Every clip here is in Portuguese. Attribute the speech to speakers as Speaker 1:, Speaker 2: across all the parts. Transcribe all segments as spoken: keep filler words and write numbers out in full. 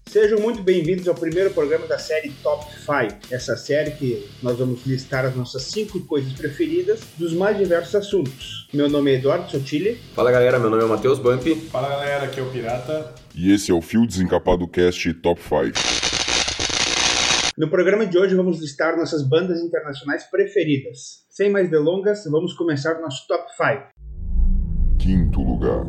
Speaker 1: Sejam muito bem-vindos ao primeiro programa da série Top cinco. Essa série que nós vamos listar as nossas cinco coisas preferidas dos mais diversos assuntos. Meu nome é Eduardo Sotile.
Speaker 2: Fala galera, meu nome é Matheus Bump.
Speaker 3: Fala galera, aqui é o Pirata.
Speaker 4: E esse é o Fio Desencapado Cast Top cinco.
Speaker 1: No programa de hoje vamos listar nossas bandas internacionais preferidas. Sem mais delongas, vamos começar o nosso Top cinco.
Speaker 4: Quinto lugar.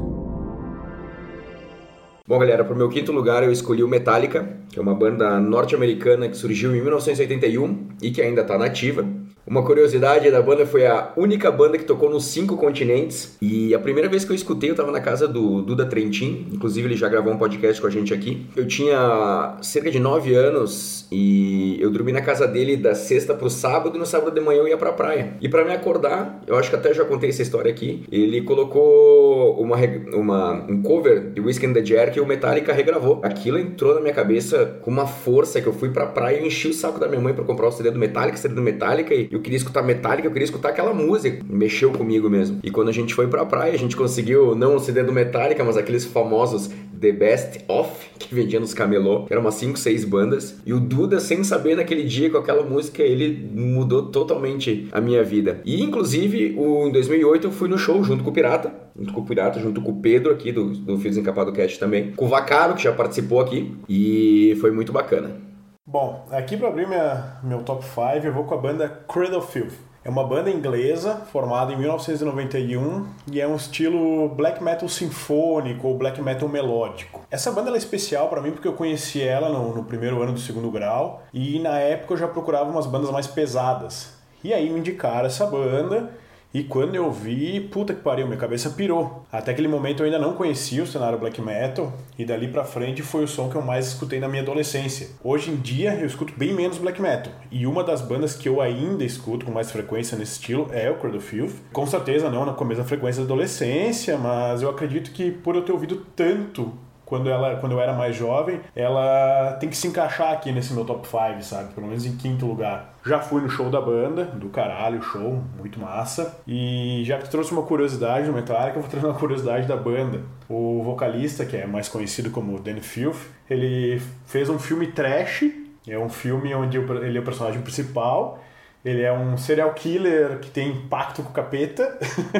Speaker 2: Bom galera, pro meu quinto lugar eu escolhi o Metallica, que é uma banda norte-americana que surgiu em mil novecentos e oitenta e um e que ainda está nativa. Uma curiosidade da banda, foi a única banda que tocou nos cinco continentes. E a primeira vez que eu escutei, eu estava na casa do Duda Trentin. Inclusive, ele já gravou um podcast com a gente aqui. Eu tinha cerca de nove anos e eu dormi na casa dele da sexta pro sábado. E no sábado de manhã eu ia pra praia. E pra me acordar, eu acho que até já contei essa história aqui, ele colocou uma, uma, um cover de Whiskey and the Jar que o Metallica regravou. Aquilo entrou na minha cabeça com uma força que eu fui pra praia e eu enchi o saco da minha mãe pra comprar o C D do Metallica, C D do Metallica, e eu queria escutar Metallica, eu queria escutar aquela música. Mexeu comigo mesmo. E quando a gente foi pra praia, a gente conseguiu, não o C D do Metallica, mas aqueles famosos The Best Of, que vendia nos camelô. Eram umas cinco, seis bandas. E o Duda, sem saber, naquele dia, com aquela música, ele mudou totalmente a minha vida. E, inclusive, o, em dois mil e oito, eu fui no show junto com o Pirata. Junto com o Pirata, junto com o Pedro aqui, do, do Fio Desencapado Cast também. Com o Vacaro, que já participou aqui. E foi muito bacana.
Speaker 3: Bom, aqui para abrir minha, meu top cinco, eu vou com a banda Cradle of Filth. É uma banda inglesa, formada em mil novecentos e noventa e um, e é um estilo black metal sinfônico ou black metal melódico. Essa banda ela é especial para mim porque eu conheci ela no, no primeiro ano do segundo grau, e na época eu já procurava umas bandas mais pesadas. E aí me indicaram essa banda, e quando eu vi, puta que pariu, minha cabeça pirou. Até aquele momento eu ainda não conhecia o cenário black metal, e dali pra frente foi o som que eu mais escutei na minha adolescência. Hoje em dia eu escuto bem menos black metal, e uma das bandas que eu ainda escuto com mais frequência nesse estilo é o Cradle of Filth. Com certeza não com a mesma frequência da adolescência, mas eu acredito que por eu ter ouvido tanto Quando, ela, quando eu era mais jovem, ela tem que se encaixar aqui nesse meu top cinco, sabe? Pelo menos em quinto lugar. Já fui no show da banda, do caralho, show, muito massa. E já que tu trouxe uma curiosidade do Metallica, eu vou trazer uma curiosidade da banda. O vocalista, que é mais conhecido como Danny Filth, ele fez um filme trash. É um filme onde ele é o personagem principal. Ele é um serial killer que tem pacto com o capeta.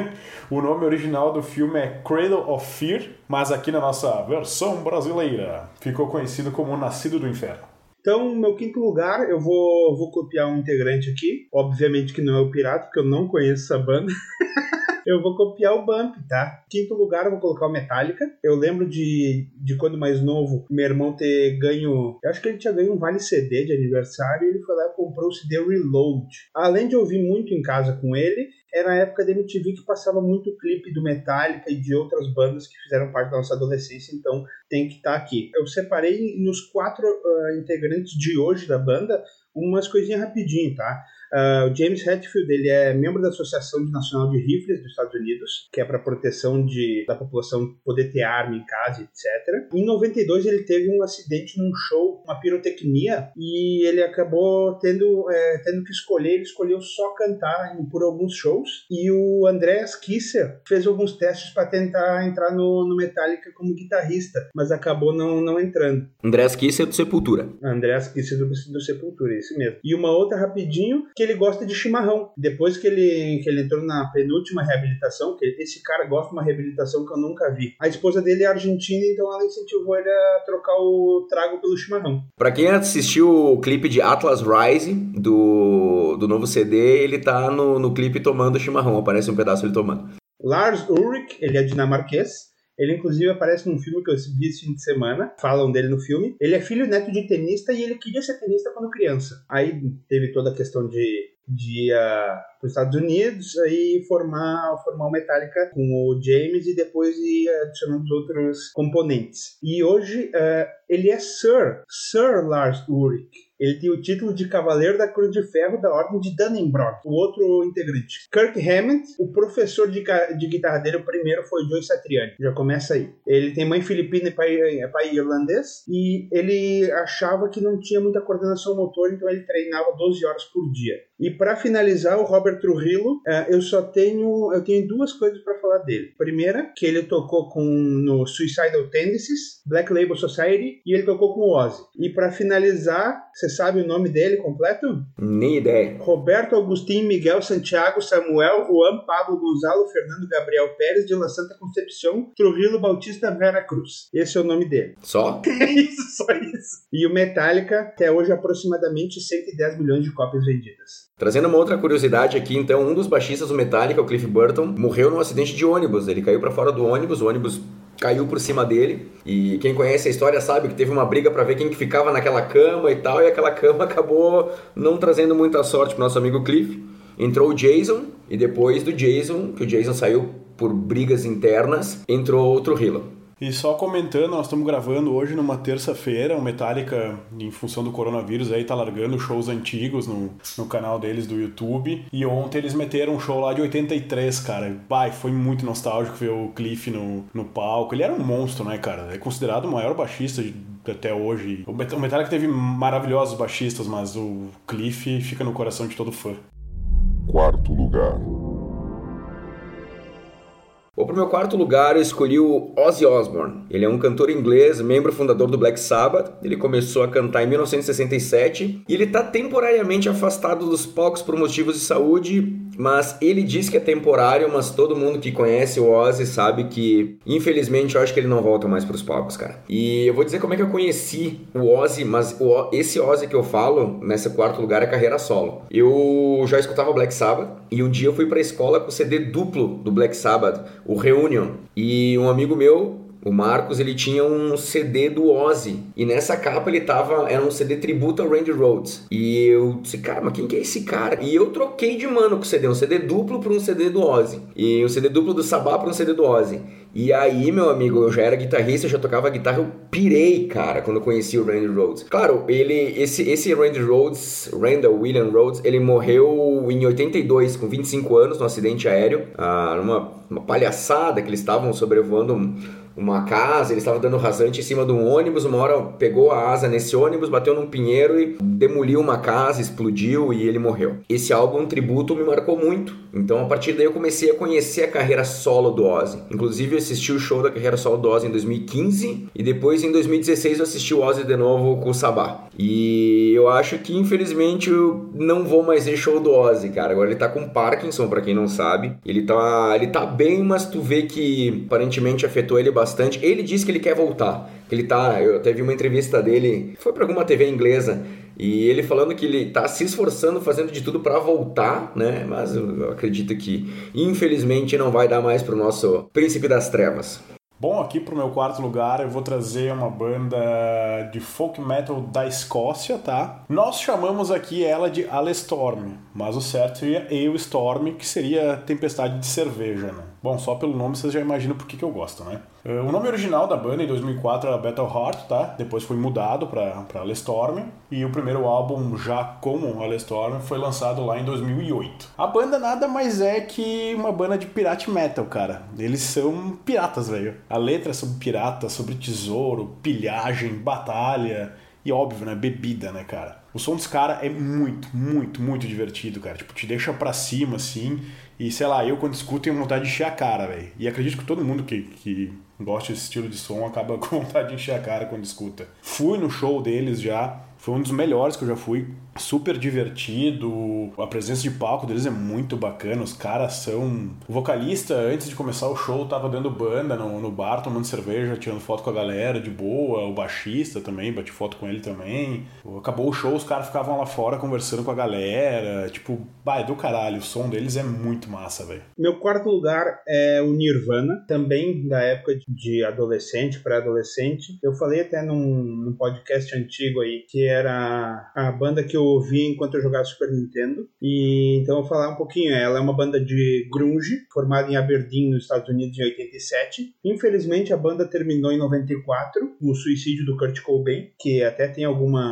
Speaker 3: O nome original do filme é Cradle of Fear, mas aqui na nossa versão brasileira ficou conhecido como Nascido do Inferno.
Speaker 1: Então, meu quinto lugar, eu vou, vou copiar um integrante aqui. Obviamente que não é o Pirata, porque eu não conheço essa banda. Eu vou copiar o Bump, tá? Quinto lugar, eu vou colocar o Metallica. Eu lembro de, de quando mais novo, meu irmão ter ganho... Eu acho que ele tinha ganho um Vale C D de aniversário e ele foi lá e comprou o C D Reload. Além de ouvir muito em casa com ele, era a época da M T V que passava muito clipe do Metallica e de outras bandas que fizeram parte da nossa adolescência, então tem que estar aqui. Eu separei nos quatro uh, integrantes de hoje da banda umas coisinhas rapidinho, tá? Uh, o James Hetfield, ele é membro da Associação Nacional de Rifles dos Estados Unidos, que é para proteção de, da população poder ter arma em casa, etcétera. Em noventa e dois ele teve um acidente num show, uma pirotecnia, e ele acabou tendo, é, tendo que escolher, ele escolheu só cantar em, por alguns shows, e o Andreas Kisser fez alguns testes para tentar entrar no, no Metallica como guitarrista, mas acabou não, não entrando.
Speaker 2: Andreas Kisser do Sepultura.
Speaker 1: Andreas Kisser do, do Sepultura, isso mesmo. E uma outra rapidinho, que ele gosta de chimarrão. Depois que ele, que ele entrou na penúltima reabilitação, que esse cara gosta de uma reabilitação que eu nunca vi. A esposa dele é argentina, então ela incentivou ele a trocar o trago pelo chimarrão.
Speaker 2: Pra quem assistiu o clipe de Atlas Rise, do, do novo C D, ele tá no, no clipe tomando chimarrão, aparece um pedaço ele tomando.
Speaker 1: Lars Ulrich, ele é dinamarquês. Ele, inclusive, aparece num filme que eu vi esse fim de semana. Falam dele no filme. Ele é filho e neto de tenista e ele queria ser tenista quando criança. Aí teve toda a questão de, de ir para os Estados Unidos e formar, formar o Metallica com o James e depois ir adicionando os outros componentes. E hoje uh, ele é Sir, Sir Lars Ulrich. Ele tem o título de Cavaleiro da Cruz de Ferro da Ordem de Dannebrog, o outro integrante. Kirk Hammett, o professor de, de guitarra dele, o primeiro foi Joe Satriani. Já começa aí. Ele tem mãe filipina e pai, pai irlandês, e ele achava que não tinha muita coordenação motor, então ele treinava doze horas por dia. E E para finalizar, o Robert Trujillo, uh, eu só tenho, eu tenho duas coisas para falar dele. Primeira, que ele tocou com, no Suicidal Tendencies, Black Label Society, e ele tocou com o Ozzy. E para finalizar, você sabe o nome dele completo?
Speaker 2: Nem ideia.
Speaker 1: Roberto Agustín Miguel Santiago Samuel Juan Pablo Gonzalo Fernando Gabriel Pérez de La Santa Concepción Trujillo Bautista Vera Cruz. Esse é o nome dele.
Speaker 2: Só?
Speaker 1: É isso, só isso. E o Metallica, até hoje, aproximadamente cento e dez milhões de cópias vendidas.
Speaker 2: Trazendo uma outra curiosidade aqui, então, um dos baixistas do Metallica, o Cliff Burton, morreu num acidente de ônibus. Ele caiu pra fora do ônibus, o ônibus caiu por cima dele, e quem conhece a história sabe que teve uma briga pra ver quem que ficava naquela cama e tal, e aquela cama acabou não trazendo muita sorte pro nosso amigo Cliff. Entrou o Jason, e depois do Jason, que o Jason saiu por brigas internas, entrou outro Trujillo.
Speaker 3: E só comentando, nós estamos gravando hoje numa terça-feira, o Metallica, em função do coronavírus, aí tá largando shows antigos no, no canal deles do YouTube. E ontem eles meteram um show lá de oitenta e três, cara. Pai, foi muito nostálgico ver o Cliff no, no palco. Ele era um monstro, né, cara? É considerado o maior baixista de, até hoje. O Metallica teve maravilhosos baixistas, mas o Cliff fica no coração de todo fã.
Speaker 4: Quarto lugar.
Speaker 2: Bom, pro meu quarto lugar eu escolhi o Ozzy Osbourne. Ele é um cantor inglês, membro fundador do Black Sabbath. Ele começou a cantar em mil novecentos e sessenta e sete e ele está temporariamente afastado dos palcos por motivos de saúde, mas ele diz que é temporário, mas todo mundo que conhece o Ozzy sabe que, infelizmente, eu acho que ele não volta mais pros palcos, cara. E eu vou dizer como é que eu conheci o Ozzy, mas o, esse Ozzy que eu falo, nesse quarto lugar, é carreira solo. Eu já escutava Black Sabbath e um dia eu fui pra escola com o C D duplo do Black Sabbath, o Reunion, e um amigo meu, o Marcos, ele tinha um C D do Ozzy, e nessa capa ele tava, era um C D tributo ao Randy Rhoads, e eu disse, cara, mas quem que é esse cara? E eu troquei de mano com o C D, um C D duplo para um C D do Ozzy, e um C D duplo do Sabá para um C D do Ozzy. E aí, meu amigo, eu já era guitarrista, eu já tocava guitarra, eu pirei, cara, quando eu conheci o Randy Rhoads. Claro, ele, esse, esse Randy Rhoads, Randall William Rhoads, ele morreu em oitenta e dois, com vinte e cinco anos, num acidente aéreo, ah, numa uma palhaçada que eles estavam sobrevoando um, uma casa, ele estava dando rasante em cima de um ônibus, uma hora pegou a asa nesse ônibus, bateu num pinheiro e demoliu uma casa, explodiu e ele morreu. Esse álbum tributo me marcou muito, então a partir daí eu comecei a conhecer a carreira solo do Ozzy. Inclusive eu assisti o show da carreira solo do Ozzy em dois mil e quinze e depois em dois mil e dezesseis eu assisti o Ozzy de novo com o Sabá. E eu acho que infelizmente eu não vou mais ver show do Ozzy, cara. Agora ele tá com Parkinson, pra quem não sabe. Ele tá, ele tá bem, mas tu vê que aparentemente afetou ele bastante. Ele disse que ele quer voltar. Que ele tá, eu até vi uma entrevista dele, foi pra alguma T V inglesa, e ele falando que ele tá se esforçando, fazendo de tudo pra voltar, né? Mas eu acredito que infelizmente não vai dar mais pro nosso Príncipe das Trevas.
Speaker 3: Bom, aqui pro meu quarto lugar eu vou trazer uma banda de folk metal da Escócia, tá? Nós chamamos aqui ela de Alestorm, mas o certo seria Alestorm, que seria tempestade de cerveja, né? Bom, só pelo nome vocês já imaginam por que que eu gosto, né? O nome original da banda em dois mil e quatro era Battle Heart, tá? Depois foi mudado pra, pra Alestorm, e o primeiro álbum já com Alestorm foi lançado lá em dois mil e oito. A banda nada mais é que uma banda de pirate metal, cara. Eles são piratas, velho. A letra é sobre pirata, sobre tesouro, pilhagem, batalha e, óbvio, né, bebida, né, cara? O som dos caras é muito, muito, muito divertido, cara. Tipo, te deixa pra cima, assim. E, sei lá, eu quando escuto tenho vontade de encher a cara, velho. E acredito que todo mundo que, que gosta desse estilo de som acaba com vontade de encher a cara quando escuta. Fui no show deles já. Foi um dos melhores que eu já fui. Super divertido. A presença de palco deles é muito bacana. Os caras são... O vocalista, antes de começar o show, tava dando banda no, no bar, tomando cerveja, tirando foto com a galera de boa. O baixista também, bati foto com ele também. Acabou o show, os caras ficavam lá fora conversando com a galera. Tipo, bah, é do caralho. O som deles é muito massa, velho.
Speaker 1: Meu quarto lugar é o Nirvana. Também da época de adolescente, pré-adolescente. Eu falei até num, num podcast antigo aí que era a banda que eu ouvi enquanto eu jogava Super Nintendo. E então eu vou falar um pouquinho. Ela é uma banda de grunge, formada em Aberdeen, nos Estados Unidos, em oitenta e sete. Infelizmente a banda terminou em noventa e quatro, com o suicídio do Kurt Cobain, que até tem algumas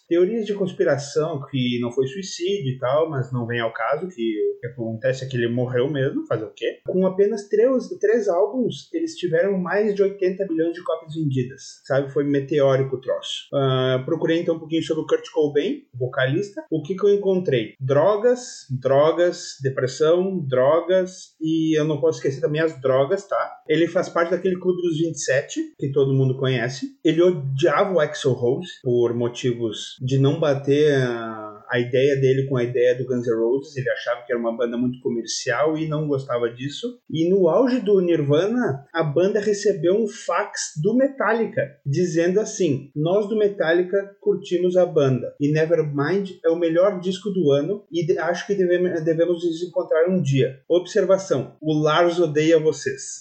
Speaker 1: teorias de conspiração que não foi suicídio e tal, mas não vem ao caso, que o que acontece é que ele morreu mesmo, fazer o quê? Com apenas três, três álbuns, eles tiveram mais de oitenta milhões de cópias vendidas, sabe? Foi meteórico o troço. Uh, procurei então um pouquinho sobre o Kurt Cobain, vocalista. O que que eu encontrei? Drogas, drogas, depressão, drogas, e eu não posso esquecer também as drogas, tá? Ele faz parte daquele clube dos vinte e sete, que todo mundo conhece. Ele odiava o Axl Rose por motivos de não bater a, a ideia dele com a ideia do Guns N' Roses. Ele achava que era uma banda muito comercial e não gostava disso. E no auge do Nirvana, a banda recebeu um fax do Metallica dizendo assim: nós do Metallica curtimos a banda e Nevermind é o melhor disco do ano e de, acho que devemos, devemos nos encontrar um dia. Observação: o Lars odeia vocês.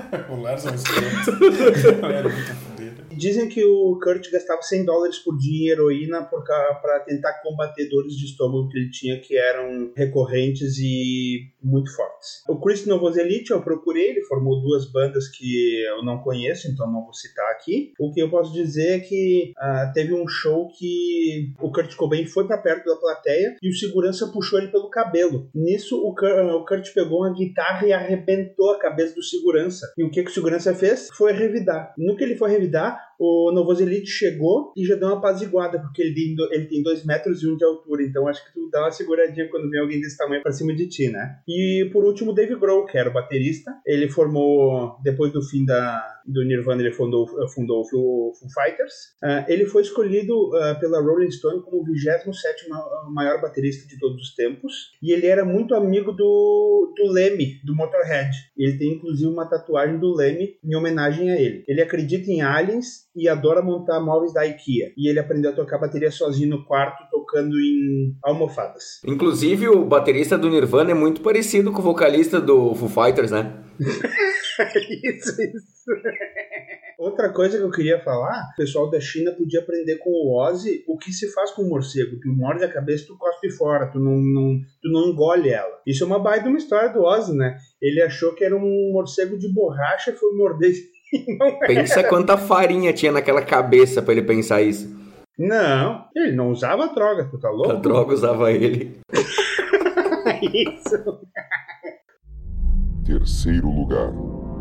Speaker 3: O Lars é um escroto. Era muito fodido.
Speaker 1: Dizem que o Kurt gastava cem dólares por dia em heroína para tentar combater dores de estômago que ele tinha, que eram recorrentes e muito fortes. O Chris Novoselic eu procurei, ele formou duas bandas que eu não conheço, então não vou citar aqui. O que eu posso dizer é que uh, teve um show que o Kurt Cobain foi para perto da plateia e o segurança puxou ele pelo cabelo. Nisso o Kurt, o Kurt pegou uma guitarra e arrebentou a cabeça do segurança. E o que, que o segurança fez? Foi revidar. No que ele foi revidar, o Novoselic chegou e já deu uma apaziguada, porque ele tem, do, ele tem dois metros e um de altura, então acho que tu dá uma seguradinha quando vem alguém desse tamanho pra cima de ti, né? E por último, o Dave Grohl, que era o baterista. Ele formou, depois do fim da, do Nirvana, ele fundou, fundou o Foo Fighters. Uh, ele foi escolhido uh, pela Rolling Stone como o vigésimo sétimo maior baterista de todos os tempos, e ele era muito amigo do, do Lemmy, do Motorhead. Ele tem inclusive uma tatuagem do Lemmy em homenagem a ele. Ele acredita em aliens e adora montar móveis da IKEA. E ele aprendeu a tocar bateria sozinho no quarto, tocando em almofadas.
Speaker 2: Inclusive, o baterista do Nirvana é muito parecido com o vocalista do Foo Fighters, né?
Speaker 1: Isso, isso. Outra coisa que eu queria falar, o pessoal da China podia aprender com o Ozzy o que se faz com o morcego. Tu morde a cabeça, tu cospe fora, tu não, não, tu não engole ela. Isso é uma baita uma história do Ozzy, né? Ele achou que era um morcego de borracha e foi morder.
Speaker 2: Pensa quanta farinha tinha naquela cabeça pra ele pensar isso.
Speaker 1: Não, ele não usava droga, tu tá louco?
Speaker 2: A droga usava ele.
Speaker 1: Isso.
Speaker 4: Terceiro lugar.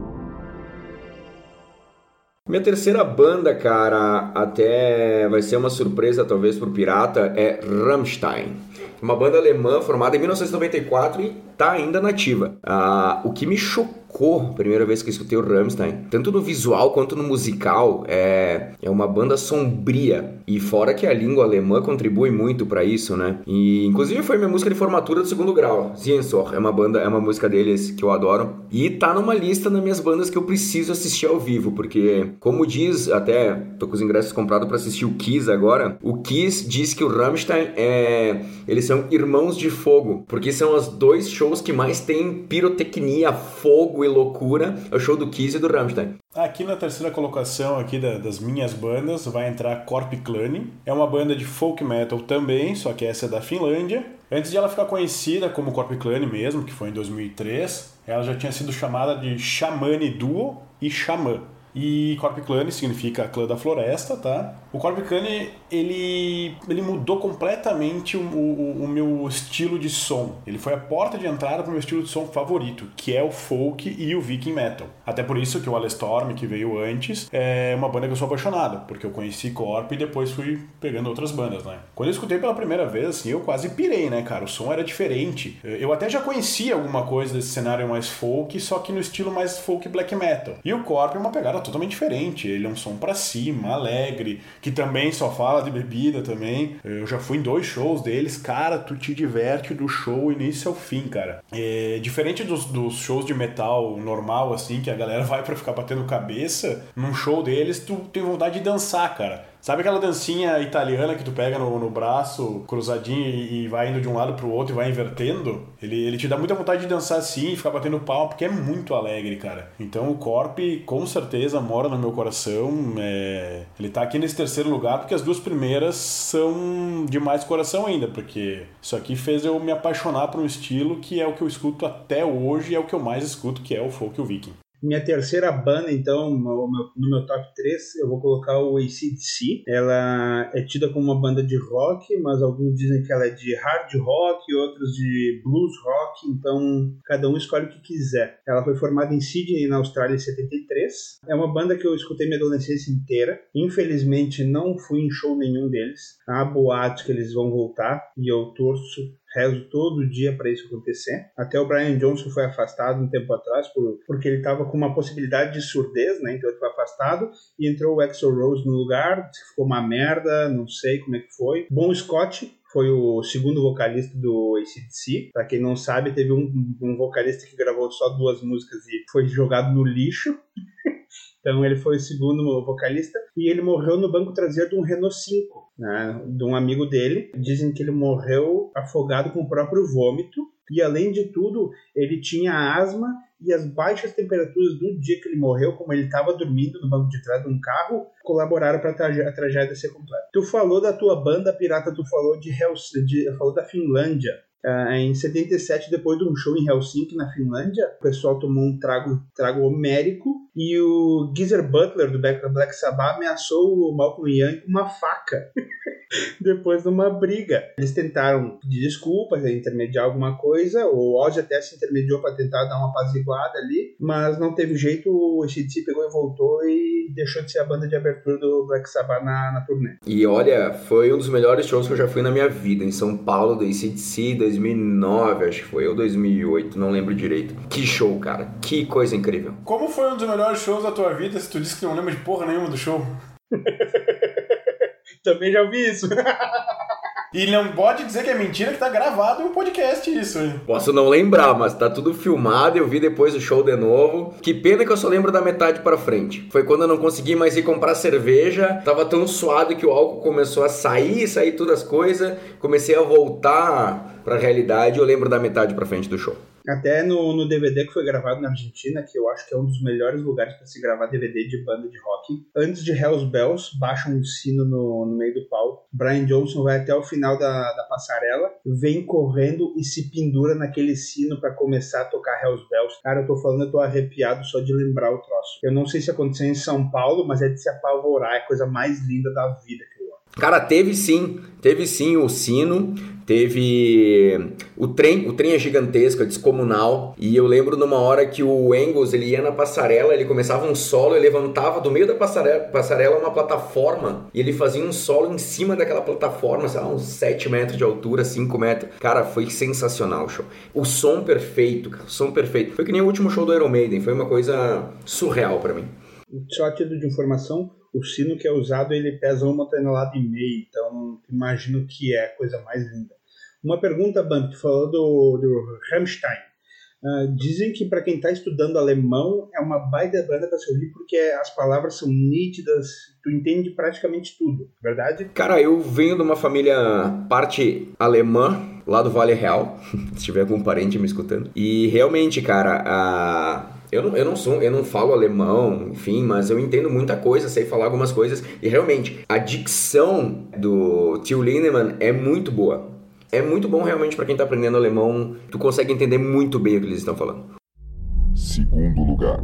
Speaker 2: Minha terceira banda, cara, até vai ser uma surpresa talvez pro Pirata, é Rammstein. Uma banda alemã formada em mil novecentos e noventa e quatro e tá ainda nativa. Ah, o que me chocou a primeira vez que eu escutei o Rammstein, tanto no visual quanto no musical, é, é uma banda sombria. E fora que a língua alemã contribui muito pra isso, né? E inclusive foi minha música de formatura do segundo grau. Ziensor é uma banda, é uma música deles que eu adoro. E tá numa lista das minhas bandas que eu preciso assistir ao vivo, porque, como diz, até tô com os ingressos comprados pra assistir o Kiss agora, o Kiss diz que o Rammstein é... eles são irmãos de fogo, porque são os dois shows que mais tem pirotecnia, fogo e loucura, é o show do Kiss e do Rammstein.
Speaker 3: Aqui na terceira colocação aqui da, das minhas bandas vai entrar Korpiklani. É uma banda de folk metal também, só que essa é da Finlândia. Antes de ela ficar conhecida como Korpiklani mesmo, que foi em dois mil e três, ela já tinha sido chamada de Xamani Duo e Xamã. E Korpiklani significa clã da floresta, tá? O Korpiklani, ele, ele mudou completamente o, o, o meu estilo de som. Ele foi a porta de entrada para o meu estilo de som favorito, que é o folk e o viking metal. Até por isso que o Alestorm, que veio antes, é uma banda que eu sou apaixonado, porque eu conheci Korp e depois fui pegando outras bandas, né? Quando eu escutei pela primeira vez, assim, eu quase pirei, né, cara? O som era diferente. Eu até já conhecia alguma coisa desse cenário mais folk, só que no estilo mais folk black metal. E o Korp é uma pegada totalmente diferente. Ele é um som pra cima, alegre, que também só fala de bebida também. Eu já fui em dois shows deles. Cara, tu te diverte do show início ao fim, cara. É, diferente dos, dos shows de metal normal, assim, que a galera vai pra ficar batendo cabeça, num show deles tu tem vontade de dançar, cara. Sabe aquela dancinha italiana que tu pega no, no braço, cruzadinho, e, e vai indo de um lado pro outro e vai invertendo? Ele, ele te dá muita vontade de dançar assim e ficar batendo palma, porque é muito alegre, cara. Então o Korp, com certeza, mora no meu coração. É... Ele tá aqui nesse terceiro lugar, porque as duas primeiras são de mais coração ainda, porque isso aqui fez eu me apaixonar por um estilo que é o que eu escuto até hoje e é o que eu mais escuto, que é o folk e o viking.
Speaker 1: Minha terceira banda, então, no meu, no meu top três, eu vou colocar o A C D C. Ela é tida como uma banda de rock, mas alguns dizem que ela é de hard rock, outros de blues rock, então cada um escolhe o que quiser. Ela foi formada em Sydney, na Austrália, em setenta e três. É uma banda que eu escutei minha adolescência inteira. Infelizmente, não fui em show nenhum deles. Há boatos que eles vão voltar e eu torço, rezo todo dia para isso acontecer. Até o Brian Johnson foi afastado um tempo atrás por, porque ele estava com uma possibilidade de surdez, né? Então ele foi afastado e entrou o Axl Rose no lugar. Ficou uma merda, não sei como é que foi. Bon Scott foi o segundo vocalista do A C D C. Para quem não sabe, teve um, um vocalista que gravou só duas músicas e foi jogado no lixo. Então ele foi o segundo vocalista e ele morreu no banco traseiro de um Renault cinco, né, de um amigo dele. Dizem que ele morreu afogado com o próprio vômito e, além de tudo, ele tinha asma e as baixas temperaturas do dia que ele morreu, como ele estava dormindo no banco de trás de um carro, colaboraram para a tragédia ser completa. Tu falou da tua banda pirata, tu falou de, Hels, de falou da Finlândia. Uh, em setenta e sete, depois de um show em Helsinki, na Finlândia, o pessoal tomou um trago, trago homérico e o Geezer Butler, do Black Sabbath, ameaçou o Malcolm Young com uma faca depois de uma briga. Eles tentaram pedir desculpas, intermediar alguma coisa, o Ozzy até se intermediou para tentar dar uma apaziguada ali, mas não teve jeito, o A C D C pegou e voltou e deixou de ser a banda de abertura do Black Sabbath na, na turnê.
Speaker 2: E olha, foi um dos melhores shows que eu já fui na minha vida, em São Paulo, do A C D C, dois mil e nove, acho que foi, ou dois mil e oito, não lembro direito. Que show, cara, que coisa incrível.
Speaker 3: Como foi um dos melhores shows da tua vida se tu disse que não lembra de porra nenhuma do show?
Speaker 1: Também já ouvi isso.
Speaker 3: E não pode dizer que é mentira, que tá gravado em um podcast isso. Hein?
Speaker 2: Posso não lembrar, mas tá tudo filmado, eu vi depois o show de novo. Que pena que eu só lembro da metade pra frente. Foi quando eu não consegui mais ir comprar cerveja, tava tão suado que o álcool começou a sair, sair todas as coisas, comecei a voltar pra realidade, eu lembro da metade pra frente do show.
Speaker 1: Até no, no D V D que foi gravado na Argentina, que eu acho que é um dos melhores lugares para se gravar D V D de banda de rock. Antes de Hell's Bells, baixa um sino no, no meio do palco. Brian Johnson vai até o final da, da passarela, vem correndo e se pendura naquele sino para começar a tocar Hell's Bells. Cara, eu tô falando, eu tô arrepiado só de lembrar o troço. Eu não sei se aconteceu em São Paulo, mas é de se apavorar, é a coisa mais linda da vida que eu amo.
Speaker 2: Cara, teve sim, teve sim o sino, teve o trem, o trem é gigantesco, é descomunal, e eu lembro numa hora que o Angus, ele ia na passarela, ele começava um solo, ele levantava do meio da passarela, passarela uma plataforma, e ele fazia um solo em cima daquela plataforma, sei lá, uns sete metros de altura, cinco metros, cara, foi sensacional o show. O som perfeito, cara, o som perfeito, foi que nem o último show do Iron Maiden, foi uma coisa surreal pra mim.
Speaker 1: Só a título de informação, o sino que é usado, ele pesa uma tonelada e meia, então imagino que é a coisa mais linda. Uma pergunta, Bamp, tu falou do, do Rammstein. Uh, dizem que para quem está estudando alemão é uma baita banda para se ouvir porque as palavras são nítidas, tu entende praticamente tudo, verdade?
Speaker 2: Cara, eu venho de uma família parte alemã, lá do Vale Real, se tiver algum parente me escutando, e realmente, cara, a... Eu não, eu, não sou, eu não falo alemão, enfim, mas eu entendo muita coisa, sei falar algumas coisas. E realmente, a dicção do Till Lindemann é muito boa. É muito bom realmente para quem tá aprendendo alemão. Tu consegue entender muito bem o que eles estão falando.
Speaker 4: Segundo lugar.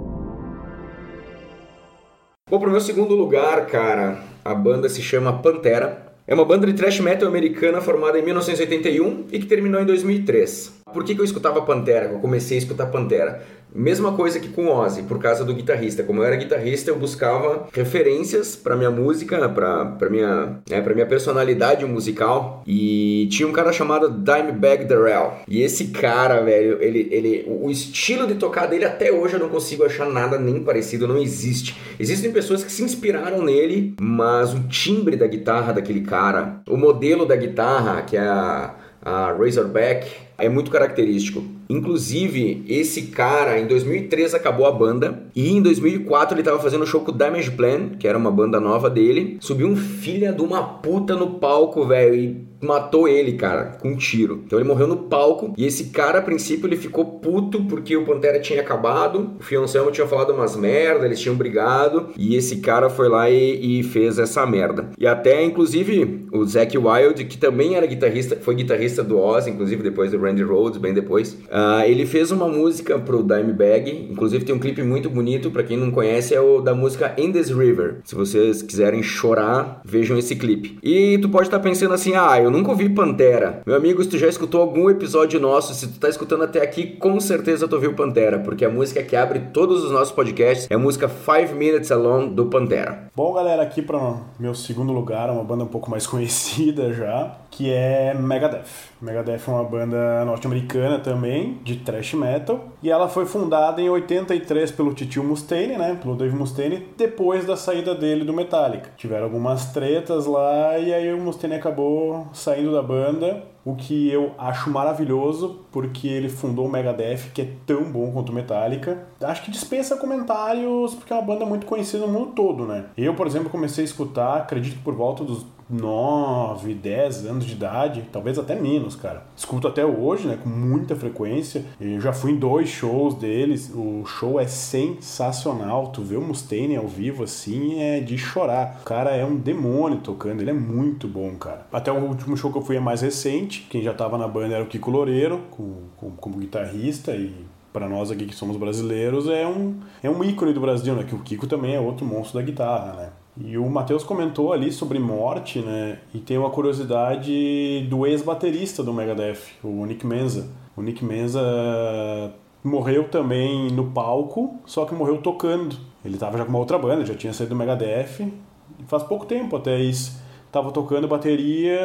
Speaker 2: Bom, pro meu segundo lugar, cara, a banda se chama Pantera. É uma banda de thrash metal americana formada em mil novecentos e oitenta e um e que terminou em dois mil e três. Por que que eu escutava Pantera? Eu comecei a escutar Pantera. Mesma coisa que com Ozzy, por causa do guitarrista. Como eu era guitarrista, eu buscava referências para minha música, para minha, né, para minha personalidade musical. E tinha um cara chamado Dimebag Darrell. E esse cara, velho, ele, ele, o estilo de tocar dele até hoje eu não consigo achar nada nem parecido, não existe. Existem pessoas que se inspiraram nele, mas o timbre da guitarra daquele cara, o modelo da guitarra, que é a, a Razorback, é muito característico. Inclusive, esse cara, em dois mil e três, acabou a banda. E em dois mil e quatro, ele tava fazendo um show com o Damage Plan, que era uma banda nova dele. Subiu um filho de uma puta no palco, velho, e matou ele, cara, com um tiro. Então ele morreu no palco. E esse cara, a princípio, ele ficou puto porque o Pantera tinha acabado. O Phil Anselmo tinha falado umas merda, eles tinham brigado. E esse cara foi lá e, e fez essa merda. E até, inclusive, o Zakk Wylde, que também era guitarrista, foi guitarrista do Ozzy, inclusive depois do Randy Rhoads, bem depois. Uh, ele fez uma música pro Dimebag, inclusive tem um clipe muito bonito, pra quem não conhece, é o da música In This River. Se vocês quiserem chorar, vejam esse clipe. E tu pode estar pensando assim, ah, eu nunca ouvi Pantera. Meu amigo, se tu já escutou algum episódio nosso, se tu tá escutando até aqui, com certeza tu ouviu Pantera, porque a música que abre todos os nossos podcasts é a música Five Minutes Alone do Pantera.
Speaker 3: Bom, galera, aqui para meu segundo lugar, uma banda um pouco mais conhecida já, que é Megadeth. Megadeth é uma banda norte-americana também, de thrash metal, e ela foi fundada em oitenta e três pelo Titio Mustaine, né, pelo Dave Mustaine, depois da saída dele do Metallica. Tiveram algumas tretas lá e aí o Mustaine acabou saindo da banda, o que eu acho maravilhoso, porque ele fundou o Megadeth, que é tão bom quanto o Metallica. Acho que dispensa comentários, porque é uma banda muito conhecida no mundo todo, né? Eu, por exemplo, comecei a escutar, acredito que por volta dos nove, dez anos de idade, talvez até menos, cara. Escuto até hoje, né, com muita frequência. Eu já fui em dois shows deles. O show é sensacional. Tu vê o Mustaine ao vivo assim, é de chorar. O cara é um demônio tocando, ele é muito bom, cara. Até o último show que eu fui é mais recente. Quem já tava na banda era o Kiko Loureiro, como, como, como guitarrista, e para nós aqui que somos brasileiros é um, é um ícone do Brasil, né? Que o Kiko também é outro monstro da guitarra, né? E o Matheus comentou ali sobre morte, né? E tem uma curiosidade do ex-baterista do Megadeth, o Nick Menza. O Nick Menza morreu também no palco, só que morreu tocando. Ele tava já com uma outra banda, já tinha saído do Megadeth. E faz pouco tempo até isso. Tava tocando bateria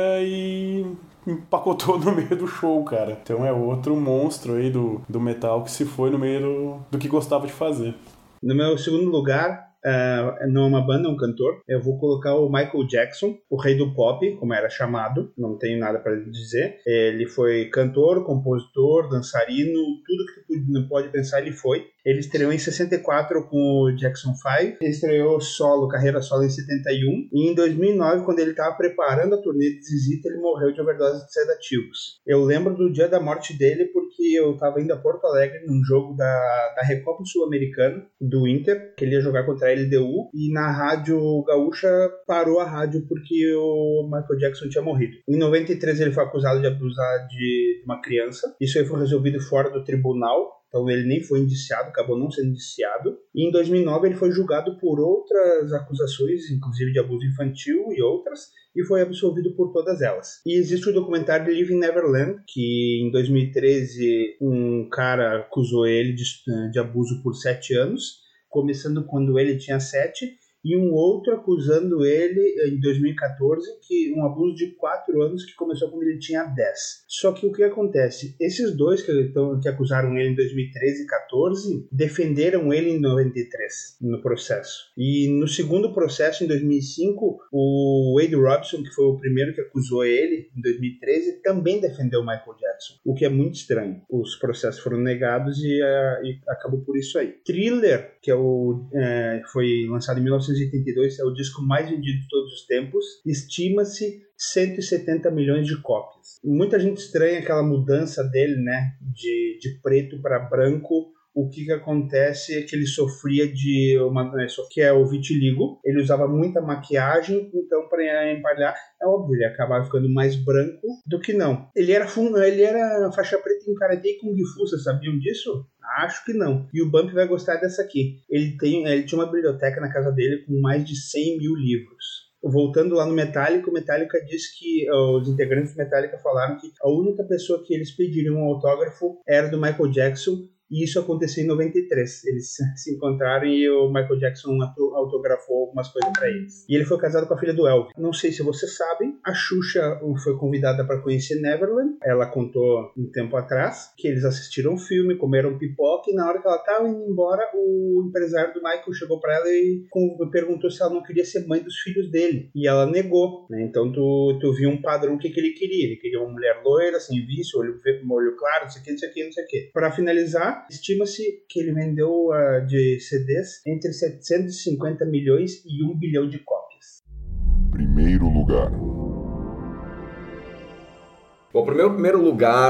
Speaker 3: e empacotou no meio do show, cara. Então é outro monstro aí do, do metal que se foi no meio do, do que gostava de fazer.
Speaker 1: No meu segundo lugar, Uh, não é uma banda, é um cantor. Eu vou colocar o Michael Jackson, o rei do pop, como era chamado. Não tenho nada para dizer. Ele foi cantor, compositor, dançarino, tudo que tu pode pensar ele foi. Ele estreou em sessenta e quatro com o Jackson five. Ele estreou solo, carreira solo em setenta e um. E em dois mil e nove, quando ele estava preparando a turnê de Z Z Top, ele morreu de overdose de sedativos. Eu lembro do dia da morte dele porque eu estava indo a Porto Alegre num jogo da, da Recopa Sul-Americana, do Inter, que ele ia jogar contra a L D U, e na rádio gaúcha parou a rádio porque o Michael Jackson tinha morrido. Em noventa e três ele foi acusado de abusar de uma criança. Isso aí foi resolvido fora do tribunal. Então ele nem foi indiciado, acabou não sendo indiciado. E em dois mil e nove ele foi julgado por outras acusações, inclusive de abuso infantil e outras, e foi absolvido por todas elas. E existe o documentário Living Neverland, que em dois mil e treze um cara acusou ele de, de abuso por sete anos, começando quando ele tinha sete, e um outro acusando ele em dois mil e catorze, que um abuso de quatro anos que começou quando ele tinha dez. Só que o que acontece? Esses dois que, que acusaram ele em dois mil e treze e catorze defenderam ele em noventa e três no processo. E no segundo processo, em dois mil e cinco, o Wade Robson, que foi o primeiro que acusou ele em dois mil e treze, também defendeu o Michael Jackson, o que é muito estranho. Os processos foram negados e, uh, e acabou por isso aí. Thriller, que é o, é, foi lançado em mil novecentos e oitenta e dois, é o disco mais vendido de todos os tempos, estima-se cento e setenta milhões de cópias. Muita gente estranha aquela mudança dele, né, de, de preto para branco. O que que acontece é que ele sofria de uma doença que é o vitiligo. Ele usava muita maquiagem, então para empalhar, é óbvio, ele acabava ficando mais branco do que não. Ele era, ele era faixa preta em karatê e kung fu, vocês sabiam disso? Acho que não. E o Bump vai gostar dessa aqui. Ele, tem, ele tinha uma biblioteca na casa dele com mais de cem mil livros. Voltando lá no Metallica, o Metallica disse que uh, os integrantes do Metallica falaram que a única pessoa que eles pediriam um autógrafo era do Michael Jackson. E isso aconteceu em noventa e três. Eles se encontraram e o Michael Jackson autografou algumas coisas para eles. E ele foi casado com a filha do Elvis. Não sei se vocês sabem, a Xuxa foi convidada para conhecer Neverland. Ela contou um tempo atrás que eles assistiram o filme, comeram pipoca, e na hora que ela estava indo embora, o empresário do Michael chegou para ela e perguntou se ela não queria ser mãe dos filhos dele. E ela negou, né? Então tu, tu viu um padrão, o que, que ele queria. Ele queria uma mulher loira, sem vício, olho, olho claro, não sei o que, não sei o que, não sei o que. Para finalizar, estima-se que ele vendeu uh, de C Ds entre setecentos e cinquenta milhões e um bilhão de cópias.
Speaker 4: Primeiro lugar.
Speaker 2: Bom, para o meu primeiro lugar,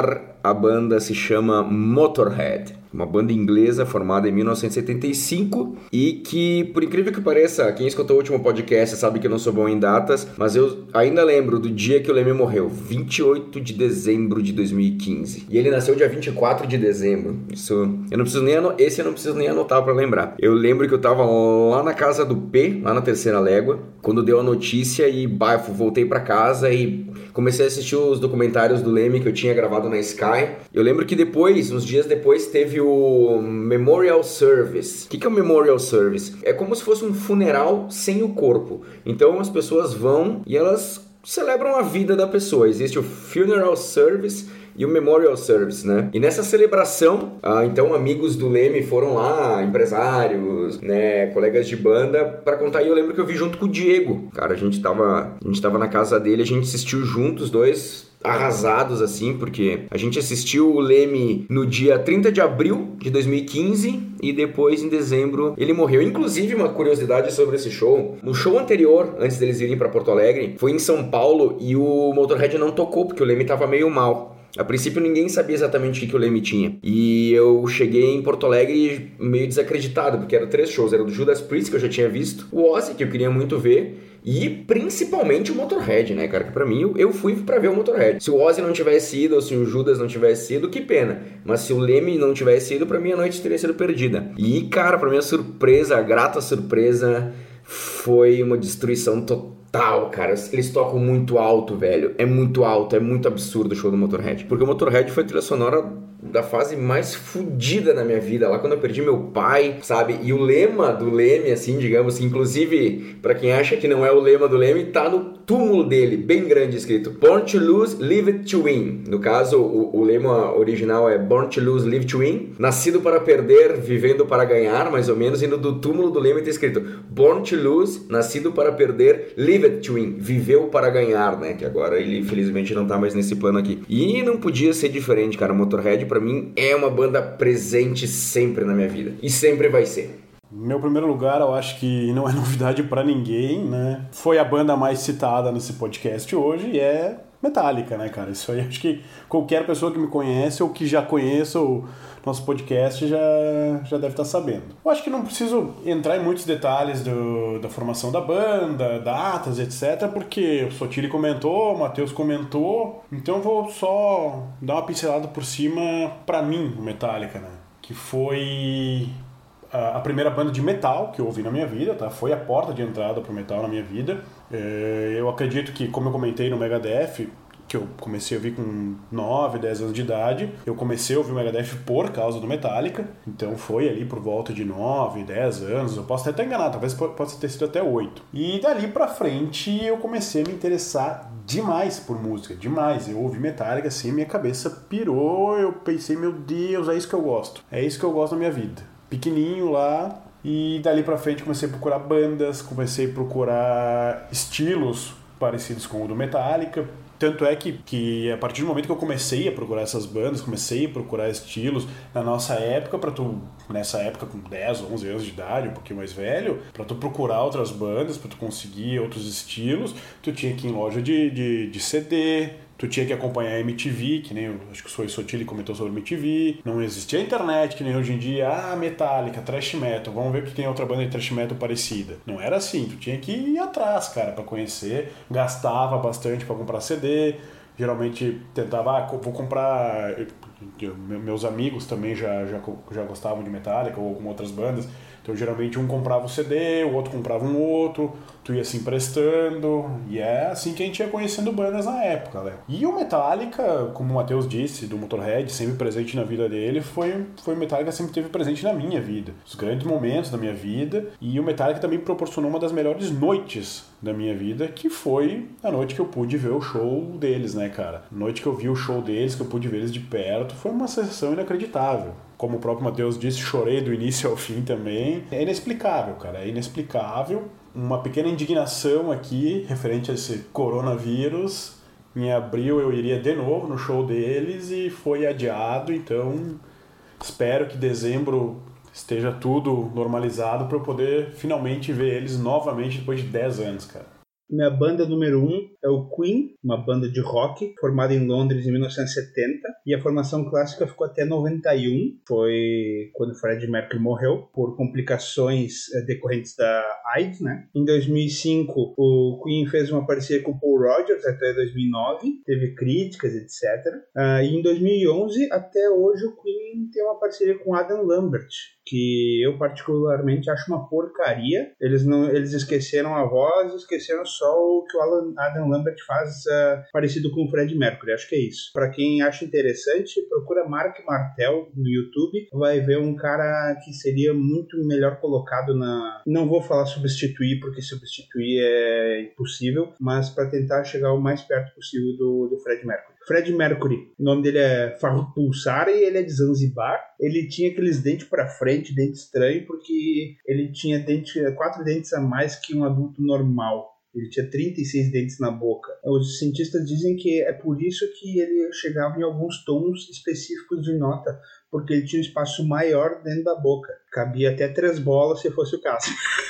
Speaker 2: a banda se chama Motorhead, uma banda inglesa formada em mil novecentos e setenta e cinco e que, por incrível que pareça, quem escutou o último podcast sabe que eu não sou bom em datas, mas eu ainda lembro do dia que o Lemmy morreu, vinte e oito de dezembro de dois mil e quinze. E ele nasceu dia vinte e quatro de dezembro. Isso, eu não preciso nem ano... esse eu não preciso nem anotar pra lembrar. Eu lembro que eu tava lá na casa do P, lá na Terceira Légua, quando deu a notícia e bah, eu voltei pra casa e comecei a assistir os documentários do Lemmy que eu tinha gravado na Sky. Eu lembro que depois, uns dias depois, teve o Memorial Service. O que é o Memorial Service? É como se fosse um funeral sem o corpo. Então as pessoas vão e elas celebram a vida da pessoa. Existe o Funeral Service e o Memorial Service, né? E nessa celebração, ah, então amigos do Lemmy foram lá, empresários, né, colegas de banda, pra contar. E eu lembro que eu vi junto com o Diego. Cara, a gente tava, a gente tava na casa dele, a gente assistiu juntos, dois arrasados, assim, porque a gente assistiu o Lemmy no dia trinta de abril de dois mil e quinze e depois, em dezembro, ele morreu. Inclusive, uma curiosidade sobre esse show, no show anterior, antes deles irem pra Porto Alegre, foi em São Paulo e o Motorhead não tocou, porque o Lemmy tava meio mal. A princípio ninguém sabia exatamente o que o Lemmy tinha. E eu cheguei em Porto Alegre meio desacreditado, porque eram três shows. Era o do Judas Priest, que eu já tinha visto, o Ozzy, que eu queria muito ver, e principalmente o Motorhead, né, cara? Que pra mim, eu fui pra ver o Motorhead. Se o Ozzy não tivesse ido, ou se o Judas não tivesse ido, que pena. Mas se o Lemmy não tivesse ido, pra mim a noite teria sido perdida. E, cara, pra mim a surpresa, a grata surpresa, foi uma destruição total. Tal, cara, eles tocam muito alto, velho. É muito alto, é muito absurdo o show do Motorhead. Porque o Motorhead foi a trilha sonora da fase mais fodida na minha vida, lá quando eu perdi meu pai, sabe? E o lema do Lemmy, assim, digamos, que inclusive, pra quem acha que não é o lema do Lemmy, tá no túmulo dele, bem grande escrito: Born to Lose, Live to Win. No caso, o, o lema original é Born to Lose, Live to Win. Nascido para perder, vivendo para ganhar, mais ou menos. E no do túmulo do Lemmy tá escrito Born to Lose, nascido para perder, Live to Win. Viveu para ganhar, né? Que agora ele, infelizmente, não tá mais nesse plano aqui. E não podia ser diferente, cara. Motorhead, pra mim, é uma banda presente sempre na minha vida. E sempre vai ser.
Speaker 3: Meu primeiro lugar, eu acho que não é novidade pra ninguém, né? Foi a banda mais citada nesse podcast hoje e é Metallica, né, cara? Isso aí acho que qualquer pessoa que me conhece ou que já conheça o nosso podcast já, já deve estar sabendo. Eu acho que não preciso entrar em muitos detalhes do, da formação da banda, datas, etcétera, porque o Sotile comentou, o Matheus comentou, então eu vou só dar uma pincelada por cima pra mim, o Metallica, né? Que foi a primeira banda de metal que eu ouvi na minha vida, tá? Foi a porta de entrada pro metal na minha vida. É, eu acredito que, como eu comentei no Megadeth, que eu comecei a ouvir com nove, dez anos de idade, eu comecei a ouvir o Megadeth por causa do Metallica, então foi ali por volta de nove, dez anos, eu posso até estar enganado, talvez possa ter sido até oito. E dali pra frente eu comecei a me interessar demais por música, demais. Eu ouvi Metallica assim, minha cabeça pirou, eu pensei, meu Deus, é isso que eu gosto, é isso que eu gosto na minha vida. Pequenininho lá, e dali pra frente comecei a procurar bandas, comecei a procurar estilos parecidos com o do Metallica. Tanto é que, que a partir do momento que eu comecei a procurar essas bandas, comecei a procurar estilos, na nossa época, para tu, nessa época com dez, onze anos de idade, um pouquinho mais velho, para tu procurar outras bandas, para tu conseguir outros estilos, tu tinha que ir em loja de, de, de C D, tu tinha que acompanhar a M T V, que nem, eu, acho que foi o Sotile comentou sobre a M T V, não existia internet, que nem hoje em dia, ah, Metallica, thrash metal, vamos ver que tem outra banda de thrash metal parecida. Não era assim, tu tinha que ir atrás, cara, pra conhecer, gastava bastante pra comprar C D, geralmente tentava, ah, vou comprar, meus amigos também já, já, já gostavam de Metallica ou com outras bandas, então geralmente um comprava o C D, o outro comprava um outro, tu ia se emprestando, e é assim que a gente ia conhecendo bandas na época, né? E o Metallica, como o Matheus disse, do Motorhead, sempre presente na vida dele, foi, foi o Metallica sempre teve presente na minha vida. Os grandes momentos da minha vida, e o Metallica também proporcionou uma das melhores noites da minha vida, que foi a noite que eu pude ver o show deles, né, cara? A noite que eu vi o show deles, que eu pude ver eles de perto, foi uma sensação inacreditável. Como o próprio Matheus disse, chorei do início ao fim também. É inexplicável, cara, é inexplicável. Uma pequena indignação aqui, referente a esse coronavírus. Em abril eu iria de novo no show deles e foi adiado, então espero que dezembro esteja tudo normalizado para eu poder finalmente ver eles novamente depois de dez anos, cara.
Speaker 1: Minha banda número um é o Queen, uma banda de rock formada em Londres em mil novecentos e setenta, e a formação clássica ficou até noventa e um, foi quando Freddie Mercury morreu por complicações eh, decorrentes da AIDS, né? Em dois mil e cinco, o Queen fez uma parceria com o Paul Rodgers até dois mil e nove, teve críticas, etcétera. Uh, e em dois mil e onze, até hoje, o Queen tem uma parceria com Adam Lambert, que eu particularmente acho uma porcaria. Eles não, eles esqueceram a voz, esqueceram só o que o Alan, Adam Lambert faz uh, parecido com o Freddie Mercury. Acho que é isso. Para quem acha interessante, procura Mark Martel no YouTube. Vai ver um cara que seria muito melhor colocado na... Não vou falar substituir, porque substituir é impossível, mas para tentar chegar o mais perto possível do, do Freddie Mercury. Freddie Mercury, o nome dele é Farrokh Bulsara e ele é de Zanzibar. Ele tinha aqueles dentes para frente, dente estranho, porque ele tinha dente, quatro dentes a mais que um adulto normal. Ele tinha trinta e seis dentes na boca. Os cientistas dizem que é por isso que ele chegava em alguns tons específicos de nota, porque ele tinha um espaço maior dentro da boca. Cabia até três bolas se fosse o caso.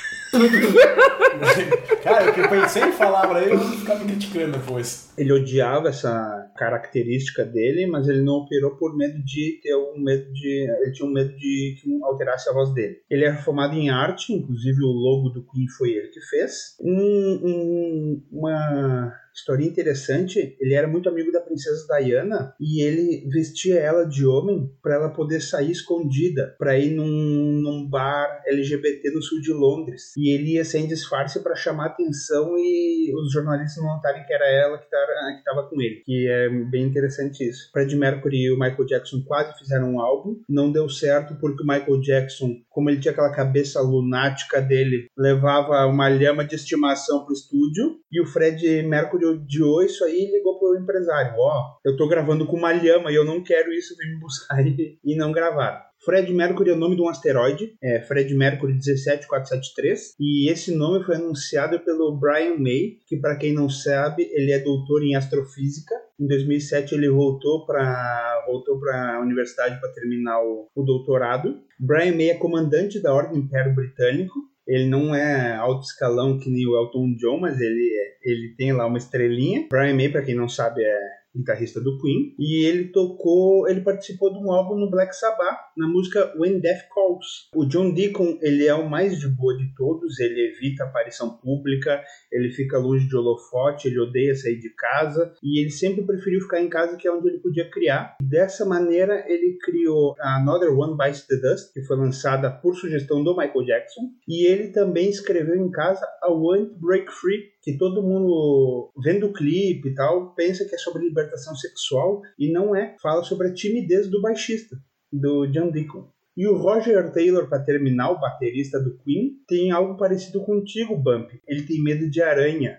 Speaker 3: Cara, o que eu pensei em falar pra ele, eu vou ficar me criticando depois.
Speaker 1: Ele odiava essa característica dele, mas ele não operou por medo de ter um medo de... Ele tinha um medo de que alterasse a voz dele. Ele é formado em arte, inclusive o logo do Queen foi ele que fez. Um, um, uma... História interessante, ele era muito amigo da princesa Diana e ele vestia ela de homem para ela poder sair escondida, para ir num, num bar L G B T no sul de Londres. E ele ia sem disfarce para chamar atenção e os jornalistas não notarem que era ela que estava com ele, que é bem interessante isso. Freddie Mercury e o Michael Jackson quase fizeram um álbum, não deu certo porque o Michael Jackson, como ele tinha aquela cabeça lunática dele, levava uma lhama de estimação pro estúdio, e o Freddie Mercury odiou isso aí e ligou pro empresário: ó, oh, eu tô gravando com uma lhama e eu não quero isso, vem me buscar, e, e não gravaram. Fred Mercury é o nome de um asteroide, é Fred Mercury um sete quatro sete três, e esse nome foi anunciado pelo Brian May, que para quem não sabe, ele é doutor em astrofísica. Em dois mil e sete ele voltou para voltou para a universidade para terminar o, o doutorado. Brian May é comandante da Ordem do Império Britânico. Ele não é alto escalão que nem o Elton John, mas ele, é, ele tem lá uma estrelinha. Brian May, para quem não sabe, é guitarrista do Queen, e ele tocou, ele participou de um álbum no Black Sabbath, na música When Death Calls. O John Deacon, ele é o mais de boa de todos, ele evita aparição pública, ele fica longe de holofote, ele odeia sair de casa, e ele sempre preferiu ficar em casa, que é onde ele podia criar. Dessa maneira, ele criou a Another One Bites the Dust, que foi lançada por sugestão do Michael Jackson, e ele também escreveu em casa a Want to Break Free, que todo mundo, vendo o clipe e tal, pensa que é sobre libertação sexual, e não é. Fala sobre a timidez do baixista, do John Deacon. E o Roger Taylor, para terminar, o baterista do Queen, tem algo parecido contigo, Bump. Ele tem medo de aranha.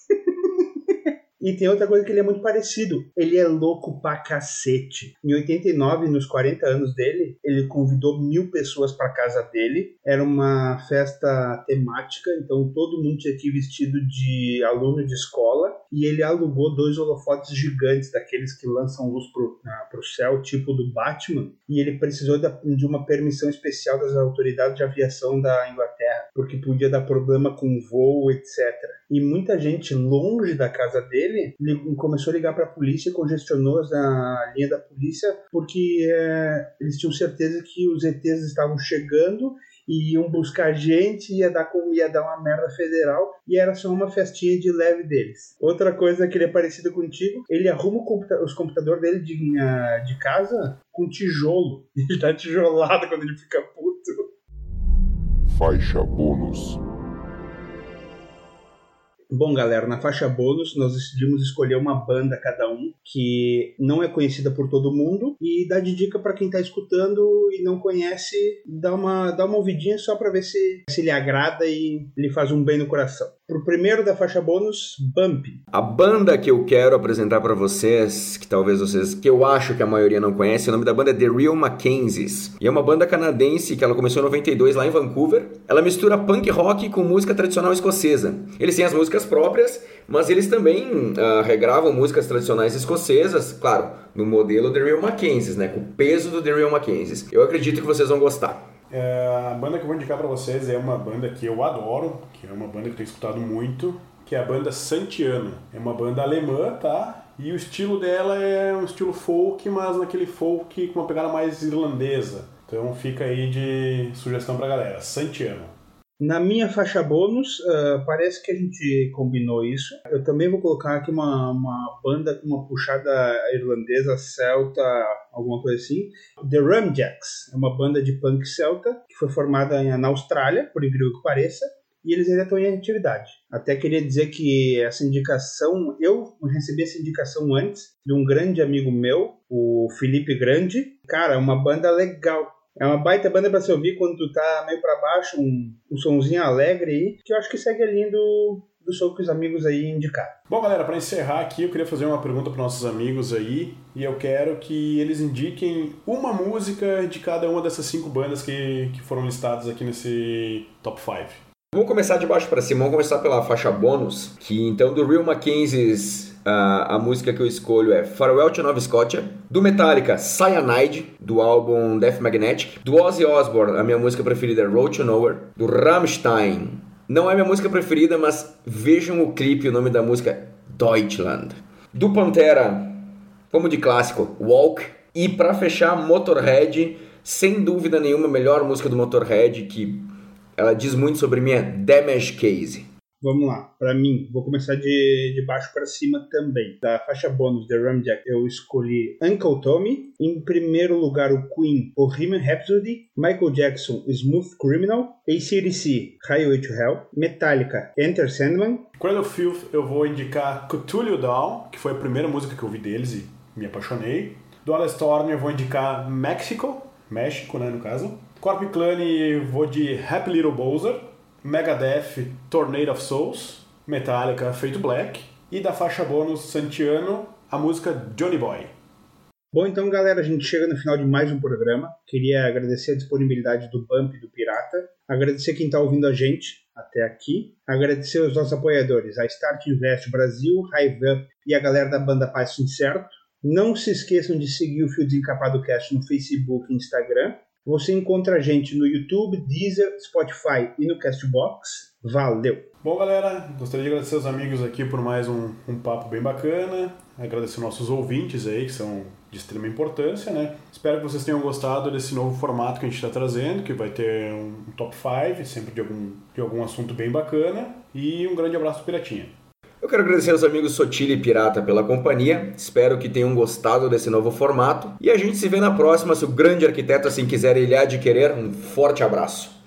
Speaker 1: E tem outra coisa que ele é muito parecido. Ele é louco pra cacete. Em oitenta e nove, nos quarenta anos dele, ele convidou mil pessoas pra casa dele. Era uma festa temática, então todo mundo tinha que ir vestido de aluno de escola. E ele alugou dois holofotes gigantes, daqueles que lançam luz pro, uh, pro céu, tipo do Batman. E ele precisou da, de uma permissão especial das autoridades de aviação da Inglaterra, porque podia dar problema com voo, etcétera. E muita gente longe da casa dele começou a ligar para a polícia, congestionou a linha da polícia, porque é, eles tinham certeza que os E Tês estavam chegando e iam buscar gente, ia dar, ia dar uma merda federal, e era só uma festinha de leve deles. Outra coisa que ele é parecido contigo, ele arruma computa- os computadores dele de, de casa com tijolo. Ele tá tijolado quando ele fica puto.
Speaker 4: Faixa bônus.
Speaker 1: Bom, galera, na faixa bônus nós decidimos escolher uma banda cada um que não é conhecida por todo mundo e dá de dica para quem tá escutando e não conhece, dá uma, dá uma ouvidinha só para ver se, se lhe agrada e lhe faz um bem no coração. Pro primeiro da faixa bônus, Bump.
Speaker 2: A banda que eu quero apresentar para vocês, que talvez vocês, que eu acho que a maioria não conhece, o nome da banda é The Real Mackenzies. E é uma banda canadense que ela começou em noventa e dois lá em Vancouver. Ela mistura punk rock com música tradicional escocesa. Eles têm as músicas próprias, mas eles também uh, regravam músicas tradicionais escocesas, claro, no modelo The Real Mackenzies, né, com o peso do The Real Mackenzies. Eu acredito que vocês vão gostar.
Speaker 3: É, a banda que eu vou indicar pra vocês é uma banda que eu adoro, que é uma banda que eu tenho escutado muito, que é a banda Santiano. É uma banda alemã, tá? E o estilo dela é um estilo folk, mas naquele folk com uma pegada mais irlandesa. Então fica aí de sugestão pra galera, Santiano.
Speaker 1: Na minha faixa bônus, uh, parece que a gente combinou isso. Eu também vou colocar aqui uma, uma banda com uma puxada irlandesa, celta, alguma coisa assim. The Ramjacks é uma banda de punk celta que foi formada na Austrália, por incrível que pareça, e eles ainda estão em atividade. Até queria dizer que essa indicação, eu recebi essa indicação antes de um grande amigo meu, o Felipe Grande. Cara, é uma banda legal. É uma baita banda pra se ouvir quando tu tá meio pra baixo, um, um sonzinho alegre aí, que eu acho que segue a linha do, do som que os amigos aí indicaram.
Speaker 3: Bom, galera, pra encerrar aqui, eu queria fazer uma pergunta pros nossos amigos aí, e eu quero que eles indiquem uma música de cada uma dessas cinco bandas que, que foram listadas aqui nesse top cinco.
Speaker 2: Vamos começar de baixo pra cima, vamos começar pela faixa bônus, que então do Real Mackenzie's a, a música que eu escolho é Farewell to Nova Scotia, do Metallica Cyanide, do álbum Death Magnetic, do Ozzy Osbourne, a minha música preferida é Road to Nowhere, do Rammstein, não é minha música preferida, mas vejam o clipe, o nome da música é Deutschland, do Pantera, como de clássico, Walk, e pra fechar Motorhead, sem dúvida nenhuma a melhor música do Motorhead, que ela diz muito sobre minha Damage Case.
Speaker 1: Vamos lá, pra mim, vou começar de, de baixo pra cima também. Da faixa bônus The Ramjack, eu escolhi Uncle Tommy. Em primeiro lugar, o Queen, Bohemian Rhapsody. Michael Jackson, Smooth Criminal. A C D C, Highway to Hell. Metallica, Enter Sandman.
Speaker 3: Cradle of Filth, eu vou indicar Cthulhu Down, que foi a primeira música que eu ouvi deles e me apaixonei. Do Alan Storm, eu vou indicar Mexico, México, né, no caso. Corp Clan, vou de Happy Little Bowser. Megadeth, Tornado of Souls. Metallica, Fade to Black. E da faixa bônus Santiano, a música Johnny Boy.
Speaker 1: Bom, então, galera, a gente chega no final de mais um programa. Queria agradecer a disponibilidade do Bump e do Pirata. Agradecer quem está ouvindo a gente até aqui. Agradecer aos nossos apoiadores, a Start Invest Brasil, Hive Up e a galera da banda Passo Incerto. Não se esqueçam de seguir o Fio Desencapado Cast no Facebook e Instagram. Você encontra a gente no YouTube, Deezer, Spotify e no Castbox. Valeu!
Speaker 3: Bom, galera, gostaria de agradecer aos amigos aqui por mais um, um papo bem bacana. Agradecer nossos ouvintes aí, que são de extrema importância, né? Espero que vocês tenham gostado desse novo formato que a gente está trazendo, que vai ter um top cinco, sempre de algum, de algum assunto bem bacana. E um grande abraço, Piratinha.
Speaker 2: Eu quero agradecer aos amigos Sotile e Pirata pela companhia, espero que tenham gostado desse novo formato, e a gente se vê na próxima, se o grande arquiteto assim quiser, ele há de querer. Um forte abraço.